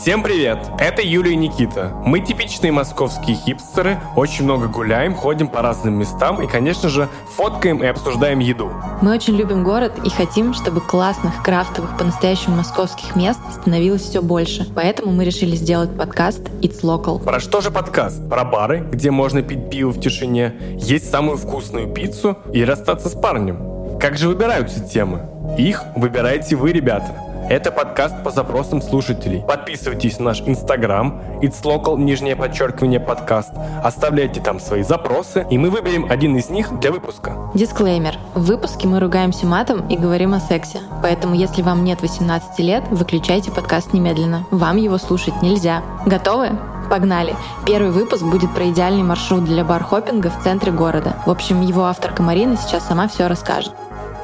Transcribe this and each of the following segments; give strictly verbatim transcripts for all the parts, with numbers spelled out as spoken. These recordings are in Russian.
Всем привет! Это Юля и Никита. Мы типичные московские хипстеры, очень много гуляем, ходим по разным местам и, конечно же, фоткаем и обсуждаем еду. Мы очень любим город и хотим, чтобы классных, крафтовых, по-настоящему московских мест становилось все больше. Поэтому мы решили сделать подкаст It's Local. Про что же подкаст? Про бары, где можно пить пиво в тишине, есть самую вкусную пиццу и расстаться с парнем. Как же выбираются темы? Их выбираете вы, ребята. Это подкаст по запросам слушателей. Подписывайтесь на наш Инстаграм It's Local, нижнее подчеркивание, подкаст. Оставляйте там свои запросы, и мы выберем один из них для выпуска. Дисклеймер. В выпуске мы ругаемся матом и говорим о сексе. Поэтому, если вам нет восемнадцати лет, выключайте подкаст немедленно. Вам его слушать нельзя. Готовы? Погнали! Первый выпуск будет про идеальный маршрут для бар-хоппинга в центре города. В общем, его авторка Марина сейчас сама все расскажет.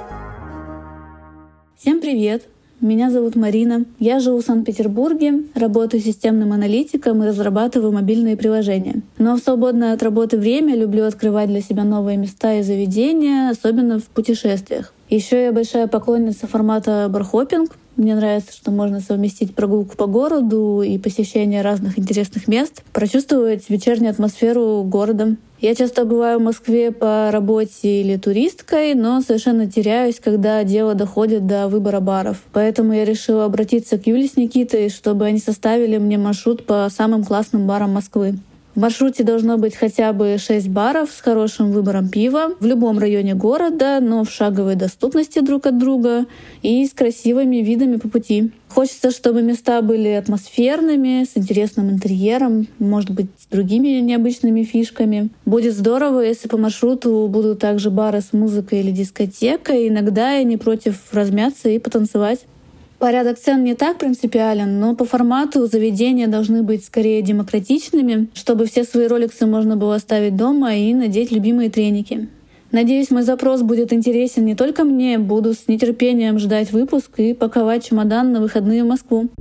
Всем привет! Меня зовут Марина. Я живу в Санкт-Петербурге, работаю системным аналитиком и разрабатываю мобильные приложения. Но в свободное от работы время люблю открывать для себя новые места и заведения, особенно в путешествиях. Еще я большая поклонница формата бархоппинг. Мне нравится, что можно совместить прогулку по городу и посещение разных интересных мест, прочувствовать вечернюю атмосферу города. Я часто бываю в Москве по работе или туристкой, но совершенно теряюсь, когда дело доходит до выбора баров. Поэтому я решила обратиться к Юле с Никитой, чтобы они составили мне маршрут по самым классным барам Москвы. В маршруте должно быть хотя бы шесть баров с хорошим выбором пива в любом районе города, но в шаговой доступности друг от друга и с красивыми видами по пути. Хочется, чтобы места были атмосферными, с интересным интерьером, может быть, с другими необычными фишками. Будет здорово, если по маршруту будут также бары с музыкой или дискотекой. Иногда я не против размяться и потанцевать. Порядок цен не так принципиален, но по формату заведения должны быть скорее демократичными, чтобы все свои роликсы можно было оставить дома и надеть любимые треники. Надеюсь, мой запрос будет интересен не только мне, буду с нетерпением ждать выпуск и паковать чемодан на выходные в Москву.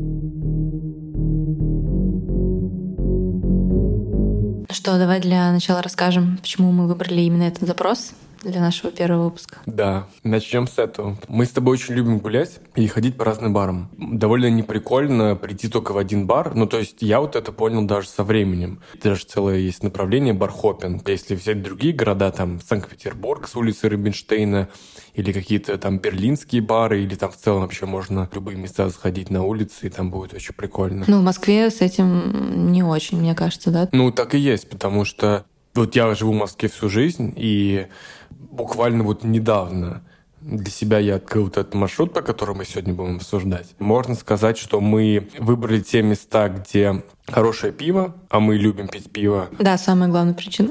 Что, давай для начала расскажем, почему мы выбрали именно этот запрос для нашего первого выпуска. Да, начнем с этого. Мы с тобой очень любим гулять и ходить по разным барам. Довольно неприкольно прийти только в один бар. Ну, то есть я вот это понял даже со временем. Даже целое есть направление бархоппинг. Если взять другие города, там Санкт-Петербург с улицы Рубинштейна, или какие-то там берлинские бары, или там в целом вообще можно в любые места сходить на улице, и там будет очень прикольно. Ну, в Москве с этим не очень, мне кажется, да? Ну, так и есть, потому что вот я живу в Москве всю жизнь, и буквально вот недавно для себя я открыл вот этот маршрут, по которому мы сегодня будем обсуждать. Можно сказать, что мы выбрали те места, где хорошее пиво, а мы любим пить пиво. Да, самая главная причина.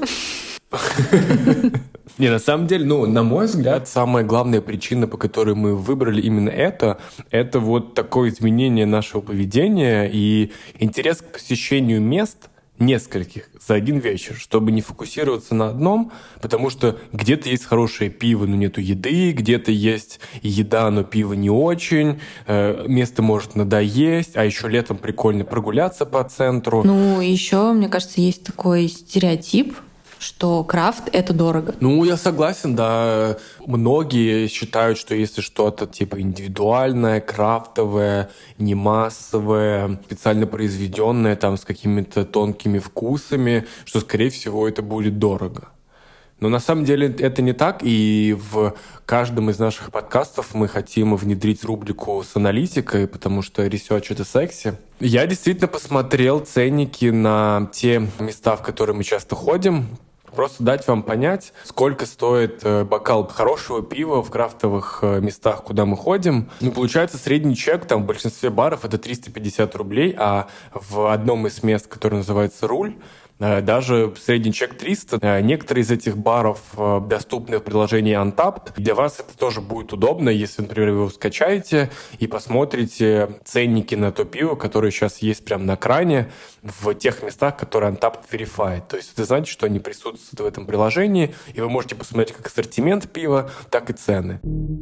Не, на самом деле, ну, на мой взгляд, самая главная причина, по которой мы выбрали именно это, это вот такое изменение нашего поведения и интерес к посещению мест, нескольких за один вечер, чтобы не фокусироваться на одном, потому что где-то есть хорошее пиво, но нету еды, где-то есть еда, но пиво не очень, э, место может надоесть, а еще летом прикольно прогуляться по центру. Ну, еще, мне кажется, есть такой стереотип, что крафт — это дорого. Ну, я согласен, да. Многие считают, что если что-то типа индивидуальное, крафтовое, не массовое, специально произведенное, там, с какими-то тонкими вкусами, что, скорее всего, это будет дорого. Но на самом деле это не так, и в каждом из наших подкастов мы хотим внедрить рубрику с аналитикой, потому что research — это секси. Я действительно посмотрел ценники на те места, в которые мы часто ходим, просто дать вам понять, сколько стоит бокал хорошего пива в крафтовых местах, куда мы ходим. Ну, получается, средний чек там в большинстве баров это триста пятьдесят рублей, а в одном из мест, которое называется «Руль», даже средний чек триста. Некоторые из этих баров доступны в приложении Untappd. Для вас это тоже будет удобно, если, например, вы его скачаете и посмотрите ценники на то пиво, которое сейчас есть прямо на экране в тех местах, которые Untappd verified. То есть это значит, что они присутствуют в этом приложении, и вы можете посмотреть как ассортимент пива, так и цены.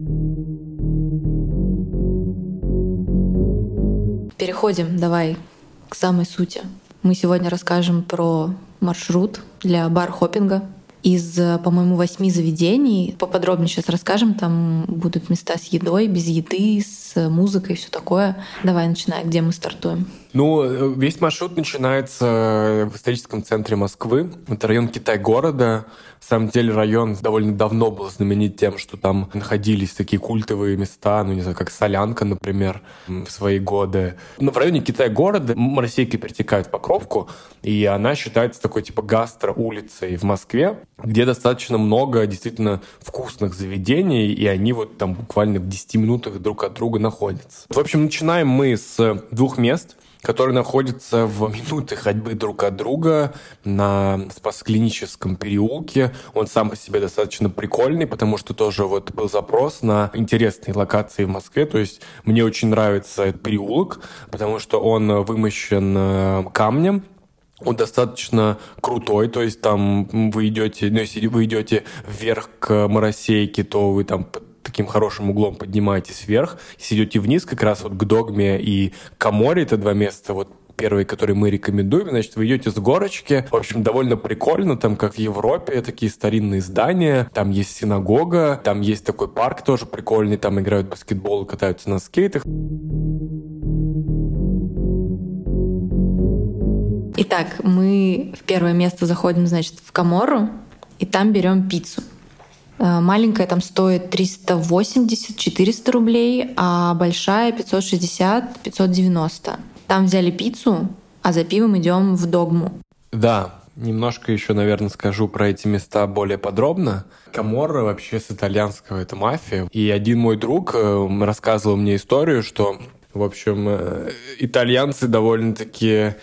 Переходим, давай, к самой сути. Мы сегодня расскажем про маршрут для бар-хоппинга. Из, по-моему, восьми заведений. Поподробнее сейчас расскажем. Там будут места с едой, без еды, с музыкой и все такое. Давай, начинай. Где мы стартуем? Ну, весь маршрут начинается в историческом центре Москвы. Это район Китай-города. На самом деле район довольно давно был знаменит тем, что там находились такие культовые места, ну, не знаю, как Солянка, например, в свои годы. Но в районе Китай-города Моросейка перетекает в Покровку, и она считается такой типа гастро-улицей в Москве, где достаточно много действительно вкусных заведений, и они вот там буквально в десяти минутах друг от друга находятся. В общем, начинаем мы с двух мест, которые находятся в минуты ходьбы друг от друга на Спасо-Клиническом переулке. Он сам по себе достаточно прикольный, потому что тоже вот был запрос на интересные локации в Москве. То есть мне очень нравится этот переулок, потому что он вымощен камнем. Он достаточно крутой, то есть там вы идете, ну, если вы идете вверх к Моросейке, то вы там таким хорошим углом поднимаетесь вверх. Если идете вниз, как раз вот к Догме и Каморре, это два места, вот первые, которые мы рекомендуем, значит, вы идете с горочки. В общем, довольно прикольно, там, как в Европе, такие старинные здания, там есть синагога, там есть такой парк тоже прикольный, там играют в баскетбол и катаются на скейтах. Итак, мы в первое место заходим, значит, в Каморру, и там берем пиццу. Маленькая там стоит триста восемьдесят - четыреста рублей, а большая пятьсот шестьдесят - пятьсот девяносто. Там взяли пиццу, а за пивом идем в Догму. Да, немножко еще, наверное, скажу про эти места более подробно. Каморра вообще с итальянского — это мафия. И один мой друг рассказывал мне историю, что в общем, итальянцы довольно-таки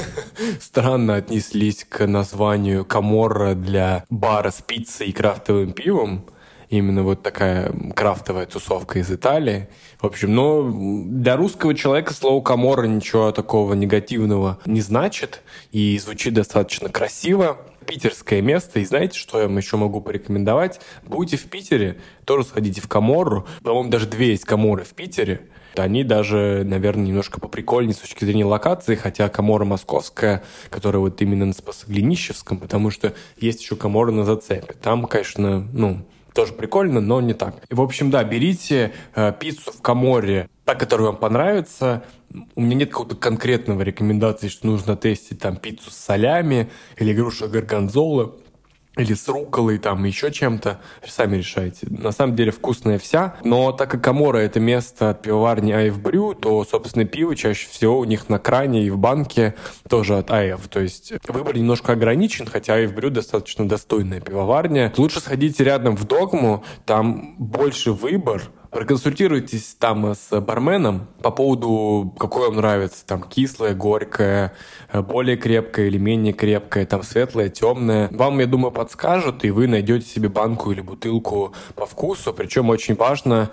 странно отнеслись к названию Каморра для бара с пиццей и крафтовым пивом. Именно вот такая крафтовая тусовка из Италии. В общем, ну, для русского человека слово «Каморра» ничего такого негативного не значит и звучит достаточно красиво. Питерское место. И знаете, что я вам еще могу порекомендовать? Будете в Питере, тоже сходите в Каморру. По-моему, даже две есть Каморры в Питере. Они даже, наверное, немножко поприкольнее с точки зрения локации, хотя Каморра московская, которая вот именно на Спасо-Клиническом, потому что есть еще Каморра на Зацепе. Там, конечно, ну, тоже прикольно, но не так. И, в общем, да, берите э, пиццу в Каморре, та, которая вам понравится. У меня нет какого-то конкретного рекомендации, что нужно тестить там пиццу с солями или груша горгонзола, или с рукколой, там, еще чем-то. Сами решайте. На самом деле вкусная вся. Но так как Каморра — это место от пивоварни эй эф Brew, то, собственно, пиво чаще всего у них на кране и в банке тоже от эй эф. То есть выбор немножко ограничен, хотя эй эф Brew достаточно достойная пивоварня. Лучше сходите рядом в Догму, там больше выбор. Проконсультируйтесь там с барменом по поводу, какое вам нравится, там кислое, горькое, более крепкое или менее крепкое, там светлое, темное. Вам, я думаю, подскажут, и вы найдете себе банку или бутылку по вкусу. Причем очень важно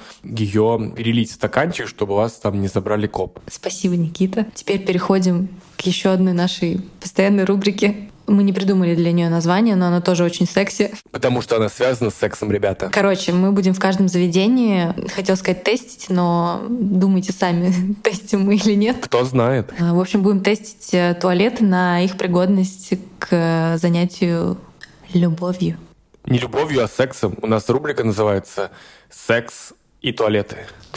ее перелить в стаканчик, чтобы вас там не забрали коп. Спасибо, Никита. Теперь переходим к еще одной нашей постоянной рубрике. Мы не придумали для нее название, но она тоже очень секси. Потому что она связана с сексом, ребята. Короче, мы будем в каждом заведении, хотел сказать тестить, но думайте сами, тестим мы или нет. Кто знает. В общем, будем тестить туалеты на их пригодность к занятию любовью. Не любовью, а сексом. У нас рубрика называется «Секс и туалеты».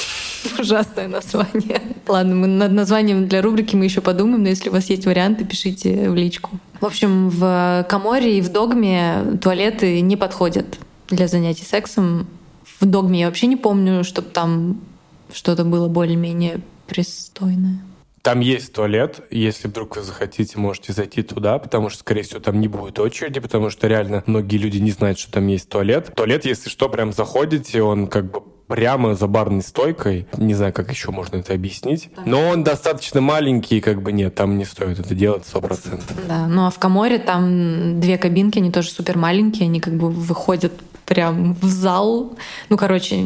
Ужасное название. Ладно, мы над названием для рубрики мы еще подумаем, но если у вас есть варианты, пишите в личку. В общем, в Каморре и в Догме туалеты не подходят для занятий сексом. В Догме я вообще не помню, чтобы там что-то было более-менее пристойное. Там есть туалет, если вдруг вы захотите, можете зайти туда, потому что, скорее всего, там не будет очереди, потому что реально многие люди не знают, что там есть туалет. Туалет, если что, прям заходите, он как бы прямо за барной стойкой. Не знаю, как еще можно это объяснить. Но он достаточно маленький, как бы нет, там не стоит это делать сто процентов. Да, ну а в Каморре там две кабинки, они тоже супер маленькие, они как бы выходят прям в зал. Ну, короче,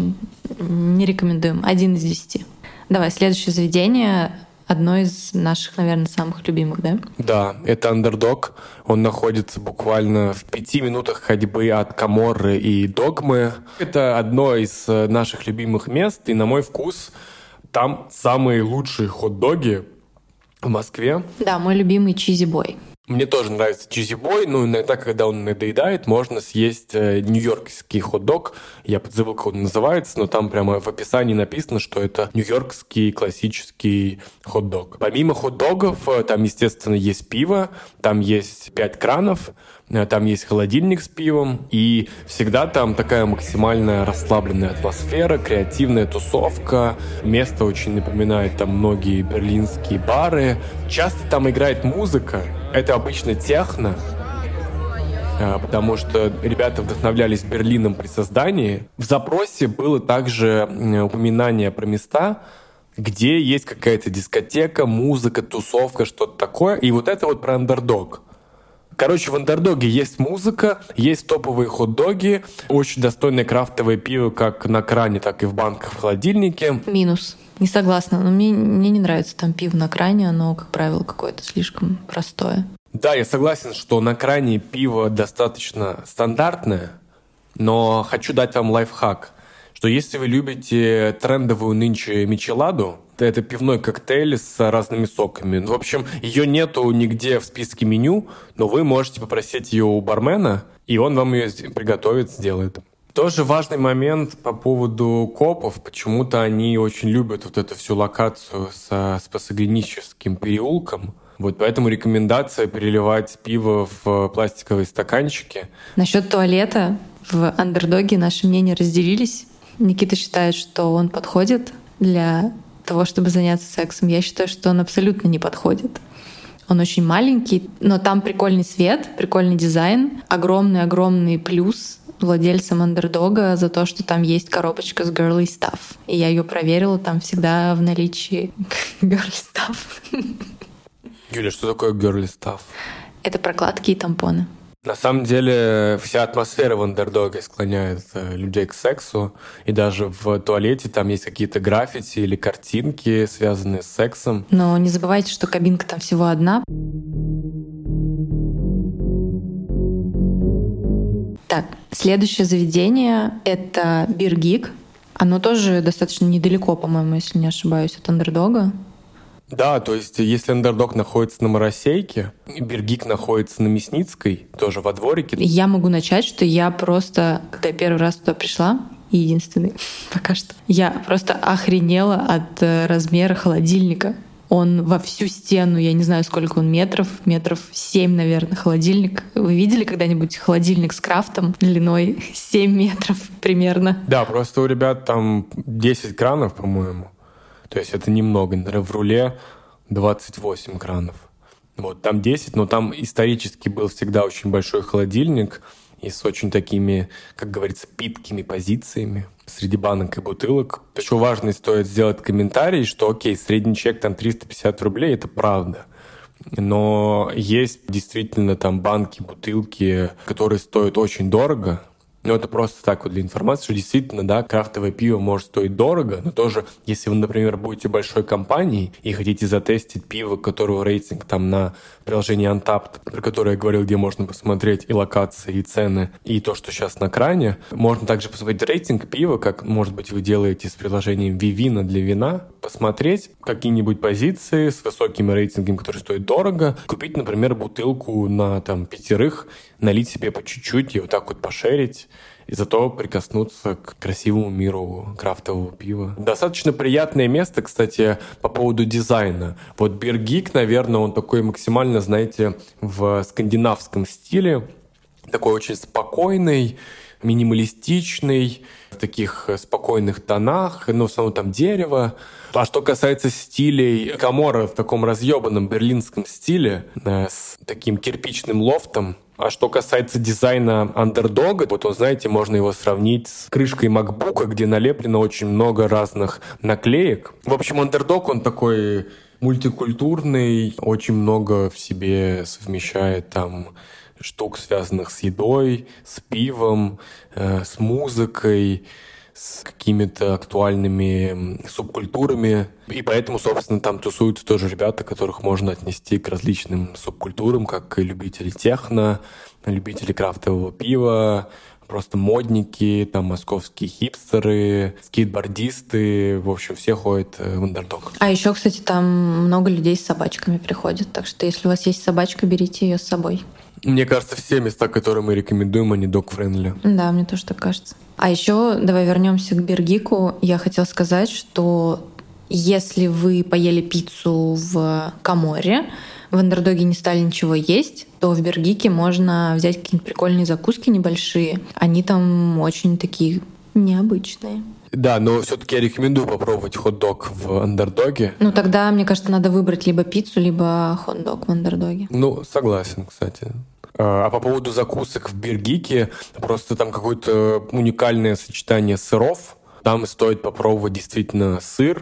не рекомендуем. Один из десяти. Давай, следующее заведение. Одно из наших, наверное, самых любимых, да? Да, это Underdog. Он находится буквально в пяти минутах ходьбы от Каморры и Догмы. Это одно из наших любимых мест, и на мой вкус там самые лучшие хот-доги в Москве. Да, мой любимый Чизи Бой. Мне тоже нравится чизибой, но иногда, когда он надоедает, можно съесть нью-йоркский хот-дог. Я подзабыл, как он называется, но там прямо в описании написано, что это нью-йоркский классический хот-дог. Помимо хот-догов, там, естественно, есть пиво, там есть пять кранов, там есть холодильник с пивом, и всегда там такая максимально расслабленная атмосфера, креативная тусовка. Место очень напоминает там многие берлинские бары. Часто там играет музыка. Это обычно техно, потому что ребята вдохновлялись Берлином при создании. В запросе было также упоминание про места, где есть какая-то дискотека, музыка, тусовка, что-то такое. И вот это вот про андердог. Короче, в андердоге есть музыка, есть топовые хот-доги, очень достойное крафтовое пиво как на кране, так и в банках в холодильнике. Минус. Не согласна. Но мне, мне не нравится там пиво на кране, оно, как правило, какое-то слишком простое. Да, я согласен, что на кране пиво достаточно стандартное, но хочу дать вам лайфхак, что если вы любите трендовую нынче мичеладу, это пивной коктейль с разными соками. В общем, ее нету нигде в списке меню, но вы можете попросить ее у бармена, и он вам ее приготовит, сделает. Тоже важный момент по поводу копов. Почему-то они очень любят вот эту всю локацию со Спасограническим переулком. Вот поэтому рекомендация переливать пиво в пластиковые стаканчики. Насчет туалета в андердоге наши мнения разделились. Никита считает, что он подходит для того, чтобы заняться сексом. Я считаю, что он абсолютно не подходит. Он очень маленький, но там прикольный свет, прикольный дизайн, огромный-огромный плюс владельцам андердога за то, что там есть коробочка с girly stuff. И я ее проверила, там всегда в наличии girly stuff. Юля, что такое girly stuff? Это прокладки и тампоны. На самом деле вся атмосфера в андердоге склоняет людей к сексу, и даже в туалете там есть какие-то граффити или картинки, связанные с сексом. Но не забывайте, что кабинка там всего одна. Так, следующее заведение — это Beer Geek. Оно тоже достаточно недалеко, по-моему, если не ошибаюсь, от андердога. Да, то есть если андердог находится на Моросейке, Beer Geek находится на Мясницкой, тоже во дворике. Я могу начать, что я просто, когда я первый раз туда пришла, и единственный пока что, я просто охренела от размера холодильника. Он во всю стену, я не знаю, сколько он метров, метров семь, наверное, холодильник. Вы видели когда-нибудь холодильник с крафтом длиной семь метров примерно? Да, просто у ребят там десять кранов, по-моему. То есть это немного. В руле двадцать восемь кранов. Вот, там десять, но там исторически был всегда очень большой холодильник и с очень такими, как говорится, питкими позициями среди банок и бутылок. Еще важно стоит сделать комментарий, что окей, средний чек там триста пятьдесят рублей, это правда. Но есть действительно там банки, бутылки, которые стоят очень дорого. Но это просто так вот для информации, что действительно, да, крафтовое пиво может стоить дорого, но тоже, если вы, например, будете большой компанией и хотите затестить пиво, которого рейтинг там на приложении Untappd, про которое я говорил, где можно посмотреть и локации, и цены, и то, что сейчас на кране, можно также посмотреть рейтинг пива, как, может быть, вы делаете с приложением Vivino для вина, посмотреть какие-нибудь позиции с высокими рейтингами, которые стоят дорого, купить, например, бутылку на там пятерых, налить себе по чуть-чуть и вот так вот пошерить, и зато прикоснуться к красивому миру крафтового пива. Достаточно приятное место, кстати, по поводу дизайна. Вот Beer Geek, наверное, он такой максимально, знаете, в скандинавском стиле, такой очень спокойный, минималистичный, в таких спокойных тонах, но в основном там дерево. А что касается стилей Каморра в таком разъебанном берлинском стиле, э, с таким кирпичным лофтом. А что касается дизайна андердога, вот, вы знаете, можно его сравнить с крышкой макбука, где налеплено очень много разных наклеек. В общем, андердог, он такой мультикультурный, очень много в себе совмещает там штук, связанных с едой, с пивом, э, с музыкой, с какими-то актуальными субкультурами. И поэтому, собственно, там тусуются тоже ребята, которых можно отнести к различным субкультурам, как и любители техно, любители крафтового пива, просто модники, там московские хипстеры, скейтбордисты, в общем, все ходят в Андердог. А еще, кстати, там много людей с собачками приходят, так что если у вас есть собачка, берите ее с собой. Мне кажется, все места, которые мы рекомендуем, они dog-friendly. Да, мне тоже так кажется. А еще давай вернемся к Бергику. Я хотела сказать, что если вы поели пиццу в Каморре, в Андердоге не стали ничего есть, то в Бергике можно взять какие-нибудь прикольные закуски небольшие. Они там очень такие необычные. Да, но все-таки я рекомендую попробовать хот-дог в Андердоге. Ну тогда, мне кажется, надо выбрать либо пиццу, либо хот-дог в Андердоге. Ну, согласен, кстати. А по поводу закусок в Бергике, просто там какое-то уникальное сочетание сыров. Там стоит попробовать действительно сыр.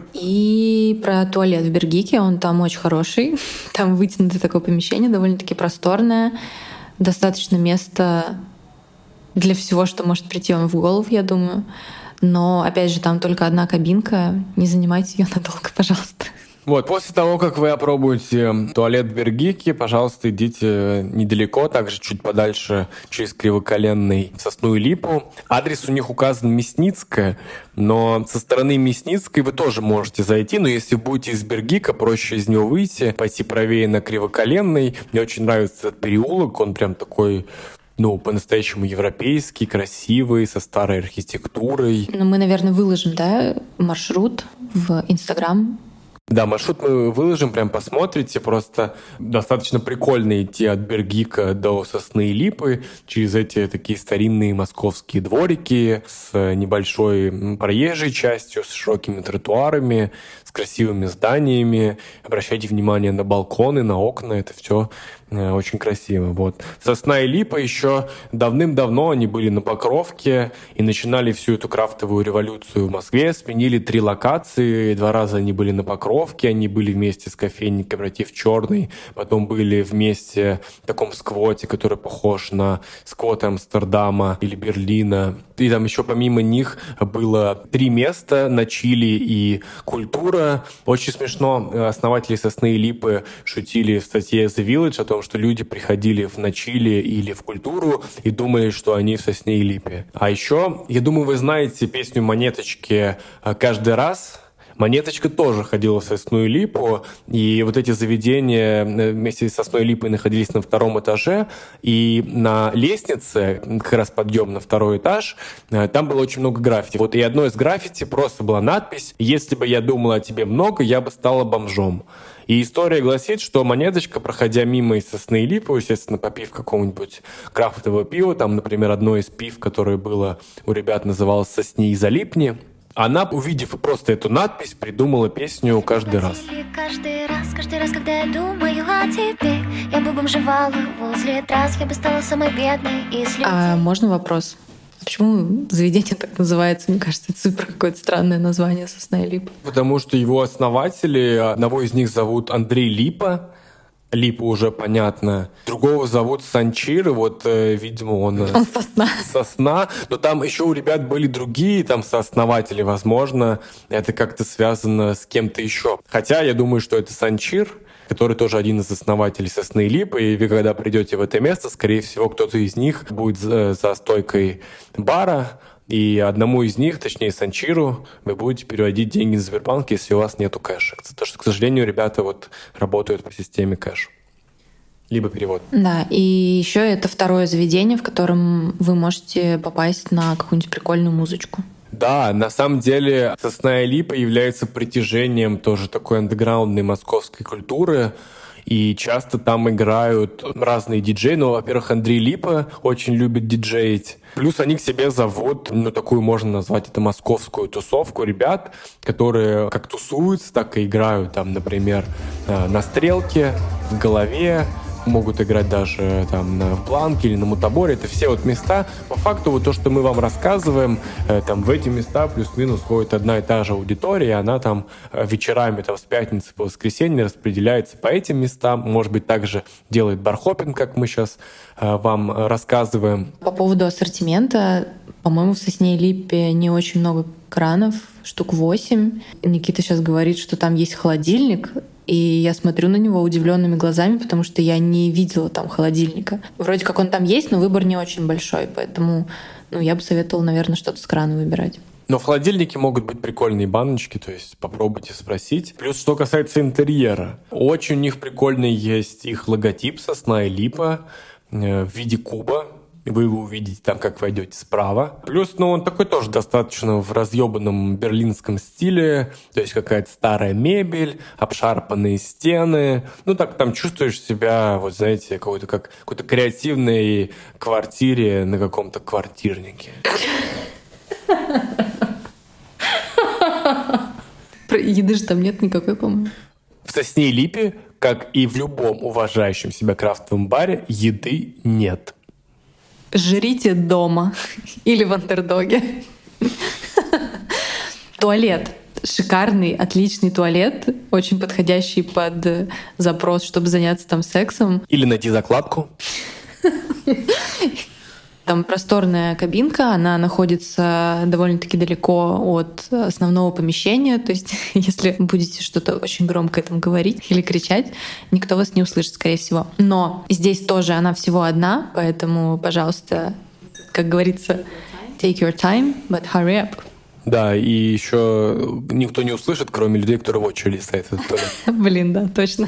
И про туалет в Бергике, он там очень хороший. Там вытянутое такое помещение, довольно-таки просторное. Достаточно места для всего, что может прийти вам в голову, я думаю. Но, опять же, там только одна кабинка. Не занимайте ее надолго, пожалуйста. Вот, после того, как вы опробуете туалет в Бергике, пожалуйста, идите недалеко, также чуть подальше, через Кривоколенный, в Сосну и Липу. Адрес у них указан Мясницкая, но со стороны Мясницкой вы тоже можете зайти, но если будете из Бергика, проще из него выйти, пойти правее на Кривоколенный. Мне очень нравится этот переулок, он прям такой... ну, по-настоящему европейский, красивый, со старой архитектурой. Ну, мы, наверное, выложим, да, маршрут в Инстаграм. Да, маршрут мы выложим, прям посмотрите. Просто достаточно прикольно идти от Бергика до Сосны и Липы через эти такие старинные московские дворики с небольшой проезжей частью, с широкими тротуарами, с красивыми зданиями. Обращайте внимание на балконы, на окна. Это все очень красиво. Вот. Сосна и Липа еще давным-давно они были на Покровке и начинали всю эту крафтовую революцию в Москве. Сменили три локации. Два раза они были на Покровке. Они были вместе с кофейней «Кооператив Черный». Потом были вместе в таком сквоте, который похож на сквот Амстердама или Берлина. И там еще помимо них было три места на Чили и Культура. Очень смешно. Основатели Сосны и Липы шутили в статье The Village о том, что люди приходили в Чили или в Культуру и думали, что они в Сосне и Липе. А еще, я думаю, вы знаете песню «Монеточки» «Каждый раз». Монеточка тоже ходила в Сосну и Липу, и вот эти заведения вместе с Сосной и Липой находились на втором этаже, и на лестнице, как раз подъем на второй этаж, там было очень много граффити. Вот и одно из граффити просто была надпись «Если бы я думала о тебе много, я бы стала бомжом». И история гласит, что Монеточка, проходя мимо из Сосны и Липы, естественно, попив какого-нибудь крафтового пива, там, например, одно из пив, которое было у ребят, называлось «Сосни и залипни», она, увидев просто эту надпись, придумала песню «Каждый раз». Каждый раз, каждый раз, когда я думаю о тебе, я бы бомжевала возле трасс, я бы стала самой бедной из людей. А можно вопрос? Почему заведение так называется? Мне кажется, это супер какое-то странное название «Сосна и Липа». Потому что его основатели, одного из них зовут Андрей Липа. Липа уже понятно. Другого зовут Санчир, вот, э, видимо, он... Он сосна. Сосна. Но там еще у ребят были другие там сооснователи. Возможно, это как-то связано с кем-то еще. Хотя я думаю, что это Санчир, который тоже один из основателей Сосны и Липы. И вы, когда придете в это место, скорее всего, кто-то из них будет за, за стойкой бара. И одному из них, точнее Санчиру, вы будете переводить деньги на Сбербанк, если у вас нету кэша. Потому что, к сожалению, ребята вот работают по системе кэш. Либо перевод. Да, и еще это второе заведение, в котором вы можете попасть на какую-нибудь прикольную музычку. Да, на самом деле Сосна и Липа является притяжением тоже такой андеграундной московской культуры. И часто там играют разные диджеи. Ну, во-первых, Андрей Липа очень любит диджеить. Плюс они к себе зовут, ну, такую можно назвать это московскую тусовку ребят, которые как тусуются, так и играют. Там, например, на стрелке, в голове, могут играть даже там на, в бланке или на мутаборе. Это все вот места. По факту вот то, что мы вам рассказываем, э, там в эти места плюс-минус ходит одна и та же аудитория, и она там э, вечерами там, с пятницы по воскресенье распределяется по этим местам. Может быть, также делает бархопинг, как мы сейчас э, вам рассказываем. По поводу ассортимента, по-моему, в Сосне и Липе не очень много кранов, штук восемь. Никита сейчас говорит, что там есть холодильник, и я смотрю на него удивленными глазами, потому что я не видела там холодильника. Вроде как он там есть, но выбор не очень большой, поэтому ну, я бы советовала, наверное, что-то с крана выбирать. Но в холодильнике могут быть прикольные баночки, то есть попробуйте спросить. Плюс, что касается интерьера. Очень у них прикольный есть их логотип «Сосна и липа» в виде куба. Вы его увидите там, как войдете справа. Плюс, ну, он такой тоже достаточно в разъебанном берлинском стиле. То есть какая-то старая мебель, обшарпанные стены. Ну, так там чувствуешь себя, вот знаете, какой-то как какой-то креативной квартире на каком-то квартирнике. Про еды же там нет никакой, по-моему. В «Сосне и липе», как и в любом уважающем себя крафтовом баре, еды нет. Жрите дома или в андердоге. Туалет. Шикарный, отличный туалет, очень подходящий под запрос, чтобы заняться там сексом. Или найти закладку. Там просторная кабинка, она находится довольно-таки далеко от основного помещения, то есть если будете что-то очень громко там говорить или кричать, никто вас не услышит, скорее всего. Но здесь тоже она всего одна, поэтому, пожалуйста, как говорится, take your time, but hurry up. Да, и еще никто не услышит, кроме людей, которые в очереди стоят в этот туалет. Блин, да, точно.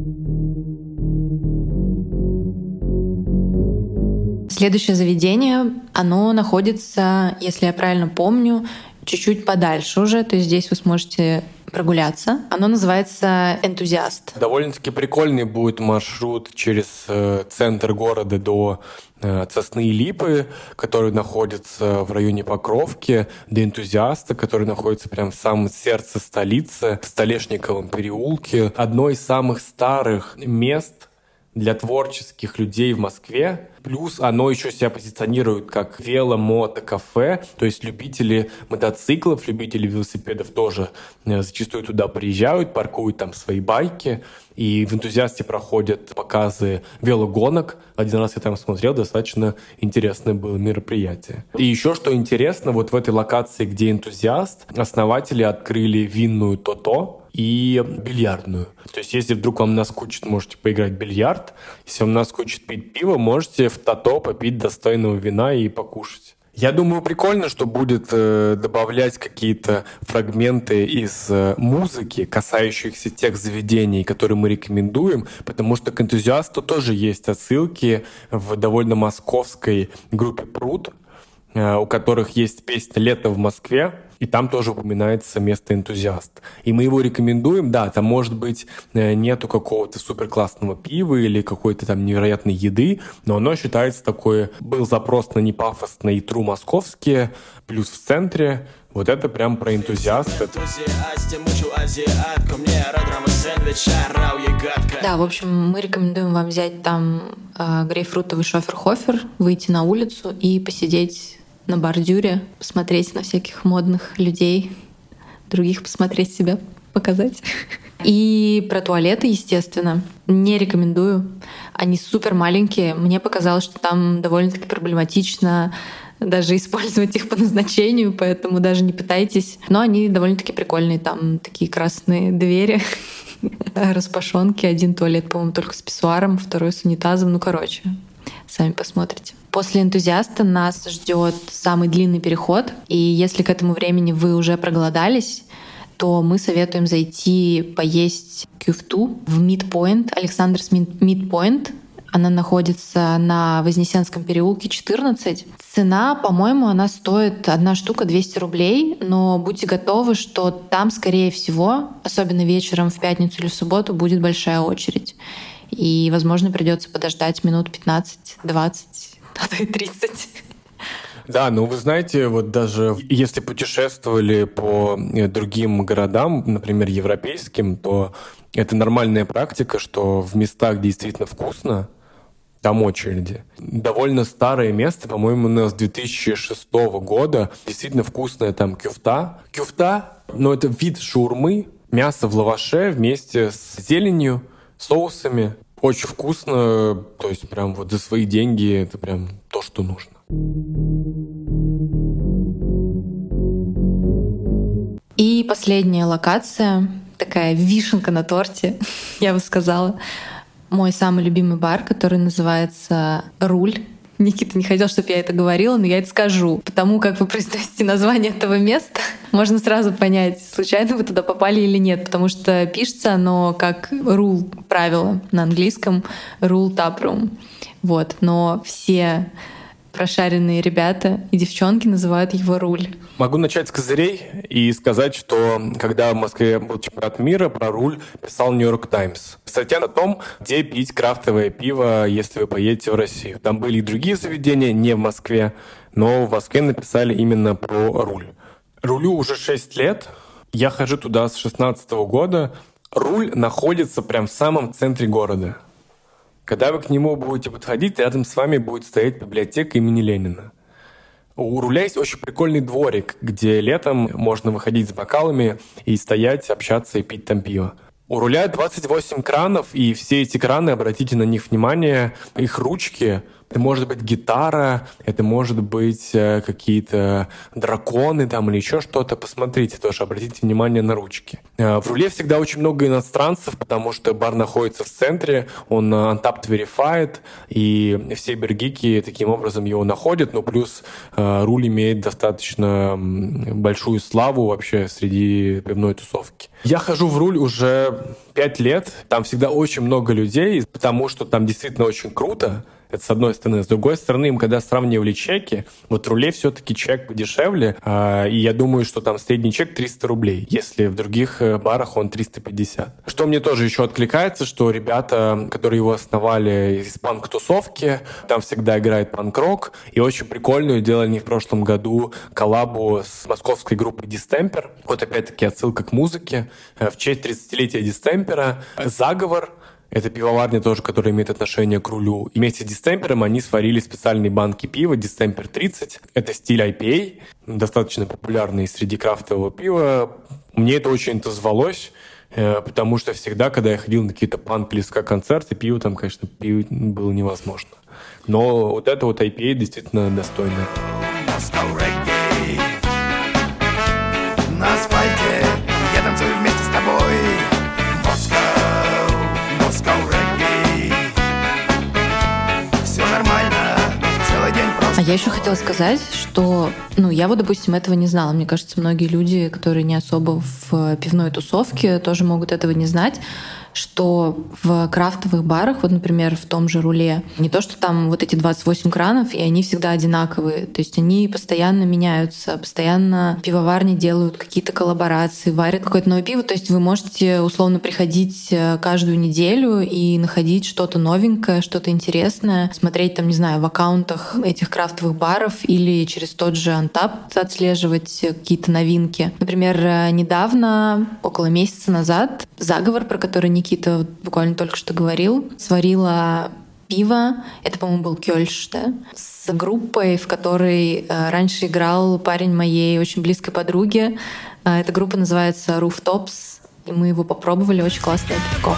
Следующее заведение, оно находится, если я правильно помню, чуть-чуть подальше уже, то есть здесь вы сможете прогуляться. Оно называется «Энтузиаст». Довольно-таки прикольный будет маршрут через э, центр города до э, Сосны и Липы, который находится в районе Покровки, до «Энтузиаста», который находится прямо в самом сердце столицы, в Столешниковом переулке. Одно из самых старых мест для творческих людей в Москве. Плюс оно еще себя позиционирует как вело-мото-кафе, то есть любители мотоциклов, любители велосипедов тоже зачастую туда приезжают, паркуют там свои байки. И в «Энтузиасте» проходят показы велогонок. Один раз я там смотрел, достаточно интересное было мероприятие. И еще что интересно, вот в этой локации, где «Энтузиаст», основатели открыли винную «То-То» и бильярдную. То есть если вдруг вам наскучит, можете поиграть в бильярд. Если вам наскучит пить пиво, можете в «То-То» попить достойного вина и покушать. Я думаю, прикольно, что будет э, добавлять какие-то фрагменты из э, музыки, касающихся тех заведений, которые мы рекомендуем, потому что к «Энтузиасту» тоже есть отсылки в довольно московской группе «Пруд», э, у которых есть песня «Лето в Москве», и там тоже упоминается место «Энтузиаст». И мы его рекомендуем. Да, там, может быть, нету какого-то суперклассного пива или какой-то там невероятной еды, но оно считается такое... Был запрос на непафосные тру московские, плюс в центре. Вот это прям про «Энтузиаст». Да, в общем, мы рекомендуем вам взять там э, грейпфрутовый шофер-хофер, выйти на улицу и посидеть на бордюре, посмотреть на всяких модных людей, других посмотреть себя, показать. И про туалеты, естественно, не рекомендую. Они супер маленькие. Мне показалось, что там довольно-таки проблематично даже использовать их по назначению, поэтому даже не пытайтесь. Но они довольно-таки прикольные. Там такие красные двери, распашонки. Один туалет, по-моему, только с писсуаром, второй с унитазом. Ну, короче, сами посмотрите. После «Энтузиаста» нас ждет самый длинный переход. И если к этому времени вы уже проголодались, то мы советуем зайти поесть кюфту в Мидпоинт, Александрс Мидпоинт. Она находится на Вознесенском переулке четырнадцать. Цена, по-моему, она стоит одна штука двести рублей, но будьте готовы, что там, скорее всего, особенно вечером в пятницу или в субботу, будет большая очередь. И, возможно, придется подождать минут пятнадцать-двадцать, а то и тридцать. Да, ну вы знаете, вот даже если путешествовали по другим городам, например, европейским, то это нормальная практика, что в местах, где действительно вкусно, там очереди. Довольно старое место, по-моему, у нас две тысячи шестого года. Действительно вкусная там кюфта. Кюфта, ну это вид шаурмы, мясо в лаваше вместе с зеленью, соусами. Очень вкусно, то есть прям вот за свои деньги это прям то, что нужно. И последняя локация, такая вишенка на торте, я бы сказала. Мой самый любимый бар, который называется «Руль». Никита не хотел, чтобы я это говорила, но я это скажу. Потому как вы произносите название этого места, можно сразу понять, случайно вы туда попали или нет. Потому что пишется оно как rule, правило на английском, rule tap room. Вот. Но все прошаренные ребята и девчонки называют его руль. Могу начать с козырей и сказать, что когда в Москве был чемпионат мира, про руль писал Нью-Йорк Таймс. Статья о том, где пить крафтовое пиво, если вы поедете в Россию. Там были и другие заведения, не в Москве, но в Москве написали именно про руль. Рулю уже шесть лет. Я хожу туда с шестнадцатого года. Руль находится прямо в самом центре города. Когда вы к нему будете подходить, рядом с вами будет стоять библиотека имени Ленина. У руля есть очень прикольный дворик, где летом можно выходить с бокалами и стоять, общаться и пить там пиво. У руля двадцать восемь кранов, и все эти краны, обратите на них внимание, их ручки, это может быть гитара, это может быть какие-то драконы там или еще что-то. Посмотрите тоже, обратите внимание на ручки. В руле всегда очень много иностранцев, потому что бар находится в центре, он Untapped Verified, и все бергики таким образом его находят, но плюс руль имеет достаточно большую славу вообще среди пивной тусовки. Я хожу в руль уже пять лет, там всегда очень много людей, потому что там действительно очень круто. Это с одной стороны. С другой стороны, им когда сравнивали чеки, вот в руле все-таки чек подешевле, э, и я думаю, что там средний чек триста рублей, если в других барах он триста пятьдесят. Что мне тоже еще откликается, что ребята, которые его основали из панк-тусовки, там всегда играет панк-рок, и очень прикольную делали они в прошлом году коллабу с московской группой Distemper. Вот опять-таки отсылка к музыке. В честь тридцатилетия Distemper «Заговор». Это пивоварня тоже, которая имеет отношение к рулю. И вместе с Дистемпером они сварили специальные банки пива Дистемпер тридцать. Это стиль ай пи эй, достаточно популярный среди крафтового пива. Мне это очень отозвалось, потому что всегда, когда я ходил на какие-то панк или ска-концерты, пиво там, конечно, пить было невозможно. Но вот это вот ай пи эй действительно достойно. На асфальте я танцую вместе с тобой. А я еще хотела сказать, что, ну, я вот, допустим, этого не знала. Мне кажется, многие люди, которые не особо в пивной тусовке, тоже могут этого не знать, что в крафтовых барах, вот, например, в том же руле, не то, что там вот эти двадцать восемь кранов, и они всегда одинаковые. То есть они постоянно меняются, постоянно пивоварни делают какие-то коллаборации, варят какое-то новое пиво. То есть вы можете условно приходить каждую неделю и находить что-то новенькое, что-то интересное, смотреть там, не знаю, в аккаунтах этих крафтовых баров или через тот же Untapped отслеживать какие-то новинки. Например, недавно, около месяца назад, «Заговор», про который Никита буквально только что говорил, сварила пиво, это, по-моему, был Кёльш, да, с группой, в которой э, раньше играл парень моей очень близкой подруги. Э, эта группа называется Rooftops, и мы его попробовали, очень классное пивко.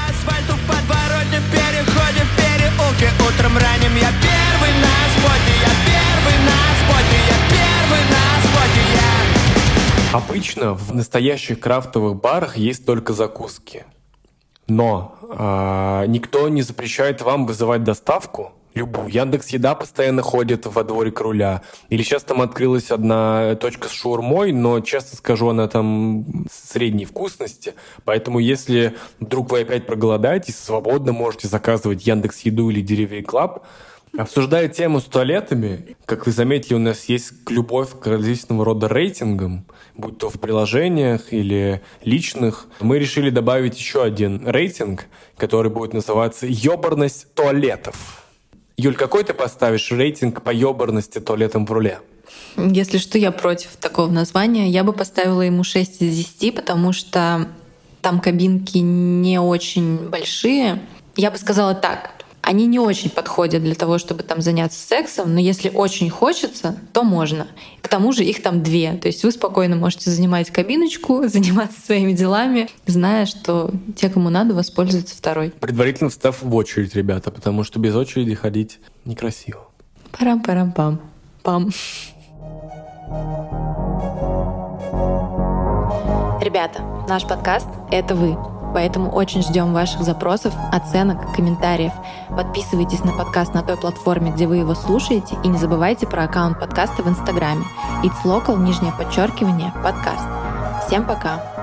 Утром ранним я первый на споте, я первый на споте, я первый на споте, я... Обычно в настоящих крафтовых барах есть только закуски. Но э, никто не запрещает вам вызывать доставку любую. Яндекс.Еда постоянно ходит во дворик руля. Или сейчас там открылась одна точка с шаурмой, но, честно скажу, она там средней вкусности. Поэтому если вдруг вы опять проголодаетесь, свободно можете заказывать Яндекс.Еду или Delivery Club. Обсуждая тему с туалетами, как вы заметили, у нас есть любовь к различного рода рейтингам, будь то в приложениях или личных. Мы решили добавить еще один рейтинг, который будет называться «Ёбарность туалетов». Юль, какой ты поставишь рейтинг по ёбарности туалетам в руле? Если что, я против такого названия. Я бы поставила ему шесть из десяти, потому что там кабинки не очень большие. Я бы сказала так. Они не очень подходят для того, чтобы там заняться сексом, но если очень хочется, то можно. К тому же их там две. То есть вы спокойно можете занимать кабиночку, заниматься своими делами, зная, что те, кому надо, воспользуются второй. Предварительно встав в очередь, ребята, потому что без очереди ходить некрасиво. Парам-парам-пам. Пам. Ребята, наш подкаст — это вы. Поэтому очень ждем ваших запросов, оценок, комментариев. Подписывайтесь на подкаст на той платформе, где вы его слушаете, и не забывайте про аккаунт подкаста в Инстаграме. It's Local, нижнее подчеркивание, подкаст. Всем пока!